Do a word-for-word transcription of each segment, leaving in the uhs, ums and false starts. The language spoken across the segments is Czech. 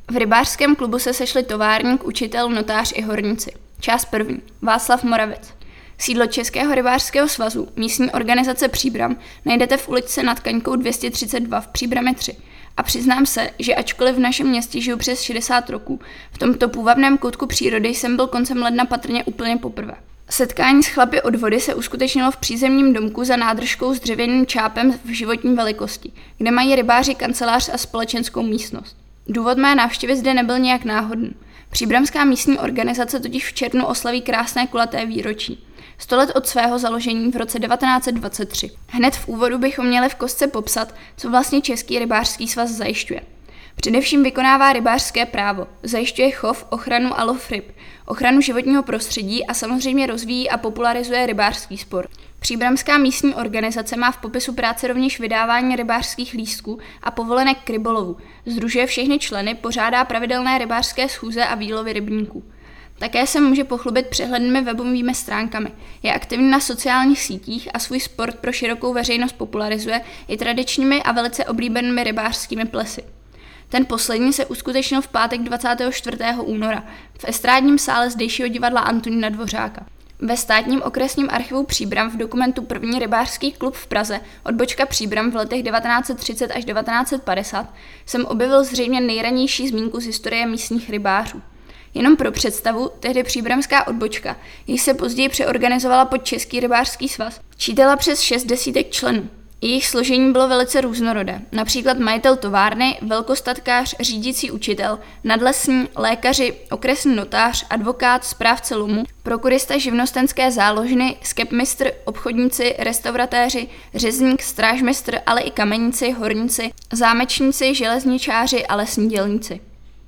V rybářském klubu se sešli továrník, učitel, notář i horníci. Část první. Václav Moravec. Sídlo Českého rybářského svazu, místní organizace Příbram, najdete v uličce Nad Kaňkou dvě stě třicet dva v Příbrami tři. A přiznám se, že ačkoliv v našem městě žiju přes šedesát roků, v tomto půvabném koutku přírody jsem byl koncem ledna patrně úplně poprvé. Setkání s chlapy od vody se uskutečnilo v přízemním domku za nádržkou s dřevěným čápem v životní velikosti, kde mají rybáři kancelář a společenskou místnost. Důvod mé návštěvy zde nebyl nějak náhodný. Příbramská místní organizace totiž v červnu oslaví krásné kulaté výročí. Sto let od svého založení v roce devatenáct set dvacet tři. Hned v úvodu bychom měli v kostce popsat, co vlastně Český rybářský svaz zajišťuje. Především vykonává rybářské právo, zajišťuje chov, ochranu a lov ryb, ochranu životního prostředí a samozřejmě rozvíjí a popularizuje rybářský sport. Příbramská místní organizace má v popisu práce rovněž vydávání rybářských lístků a povolenek k rybolovu, sdružuje všechny členy, pořádá pravidelné rybářské schůze a výlovy rybníků. Také se může pochlubit přehlednými webovými stránkami, je aktivní na sociálních sítích a svůj sport pro širokou veřejnost popularizuje i tradičními a velice oblíbenými rybářskými plesy. Ten poslední se uskutečnil v pátek dvacátého čtvrtého února v estrádním sále zdejšího divadla Antonína Dvořáka. Ve státním okresním archivu Příbram v dokumentu První rybářský klub v Praze, odbočka Příbram v letech devatenáct set třicet až devatenáct set padesát, jsem objevil zřejmě nejranější zmínku z historie místních rybářů. Jenom pro představu, tehdy příbramská odbočka, jež se později přeorganizovala pod Český rybářský svaz, čítala přes šest desítek členů. Jejich složení bylo velice různorodé, například majitel továrny, velkostatkář, řídící učitel, nadlesní, lékaři, okresní notář, advokát, správce lomu, prokurista živnostenské záložny, skepmistr, obchodníci, restauratéři, řezník, strážmistr, ale i kameníci, horníci, zámečníci, železničáři a lesní dělníci.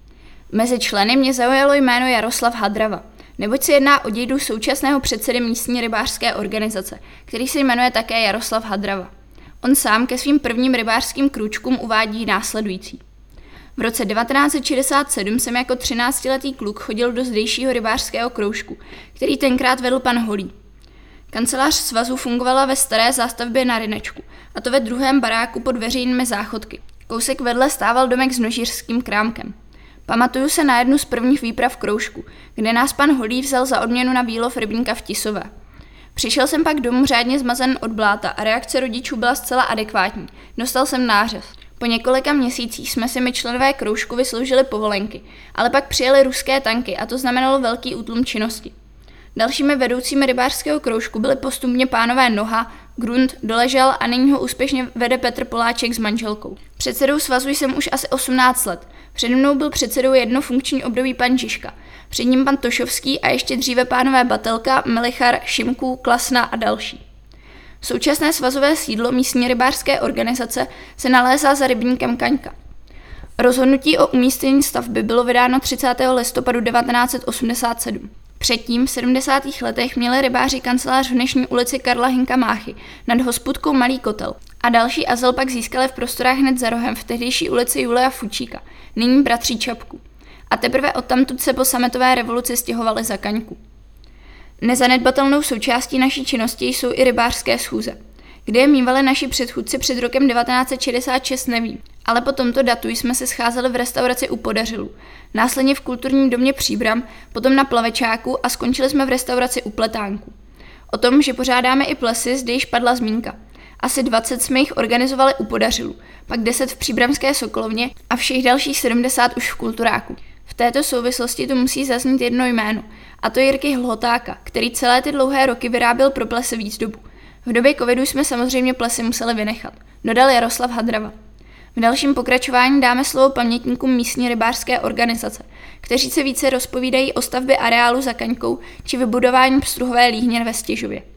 Mezi členy mě zaujalo jméno Jaroslav Hadrava, neboť se jedná o dědu současného předsedy místní rybářské organizace, který se jmenuje také Jaroslav Hadrava. On sám ke svým prvním rybářským krůčkům uvádí následující. V roce devatenáct set šedesát sedm jsem jako třináctiletý kluk chodil do zdejšího rybářského kroužku, který tenkrát vedl pan Holý. Kancelář svazu fungovala ve staré zástavbě na Rynečku, a to ve druhém baráku pod veřejnými záchodky. Kousek vedle stával domek s množířským krámkem. Pamatuju se na jednu z prvních výprav kroužku, kde nás pan Holý vzal za odměnu na výlov rybníka v Tisové. Přišel jsem pak domů řádně zmazen od bláta a reakce rodičů byla zcela adekvátní. Dostal jsem nářez. Po několika měsících jsme si my členové kroužku vysloužili povolenky, ale pak přijeli ruské tanky a to znamenalo velký útlum činnosti. Dalšími vedoucími rybářského kroužku byli postupně pánové Noha, Grund, Doležal a nyní ho úspěšně vede Petr Poláček s manželkou. Předsedou svazu jsem už asi osmnáct let. Přede mnou byl předsedou jedno funkční období pan Žižka, před ním pan Tošovský a ještě dříve pánové Batelka, Melichar, Šimků, Klasna a další. Současné svazové sídlo místní rybářské organizace se nalézá za rybníkem Kaňka. Rozhodnutí o umístění stavby bylo vydáno třicátého listopadu devatenáct set osmdesát sedm. Předtím v sedmdesátých letech měli rybáři kancelář v dnešní ulici Karla Hynka Máchy nad hospůdkou Malý kotel a další azyl pak získali v prostorách hned za rohem v tehdejší ulici Julia Fučíka, nyní bratří Čapků. A teprve odtamtud se po sametové revoluci stěhovali za Kaňku. Nezanedbatelnou součástí naší činnosti jsou i rybářské schůze. Kde je mívali naši předchůdci před rokem devatenáct set šedesát šest nevím, ale po tomto datu jsme se scházeli v restauraci u Podařilů, následně v kulturním domě Příbram, potom na Plavečáku a skončili jsme v restauraci u Pletánku. O tom, že pořádáme i plesy, zde již padla zmínka. Asi dvacet jsme jich organizovali u Podařilů, pak deset v příbramské Sokolovně a všech dalších sedmdesát už v Kulturáku. V této souvislosti tu musí zaznít jedno jméno, a to Jirky Hlhotáka, který celé ty dlouhé roky vyráběl pro plesy výzdobu. V době covidu jsme samozřejmě plesy museli vynechat, dodal Jaroslav Hadrava. V dalším pokračování dáme slovo pamětníkům místní rybářské organizace, kteří se více rozpovídají o stavbě areálu za Kaňkou či vybudování pstruhové líhně ve Stěžově.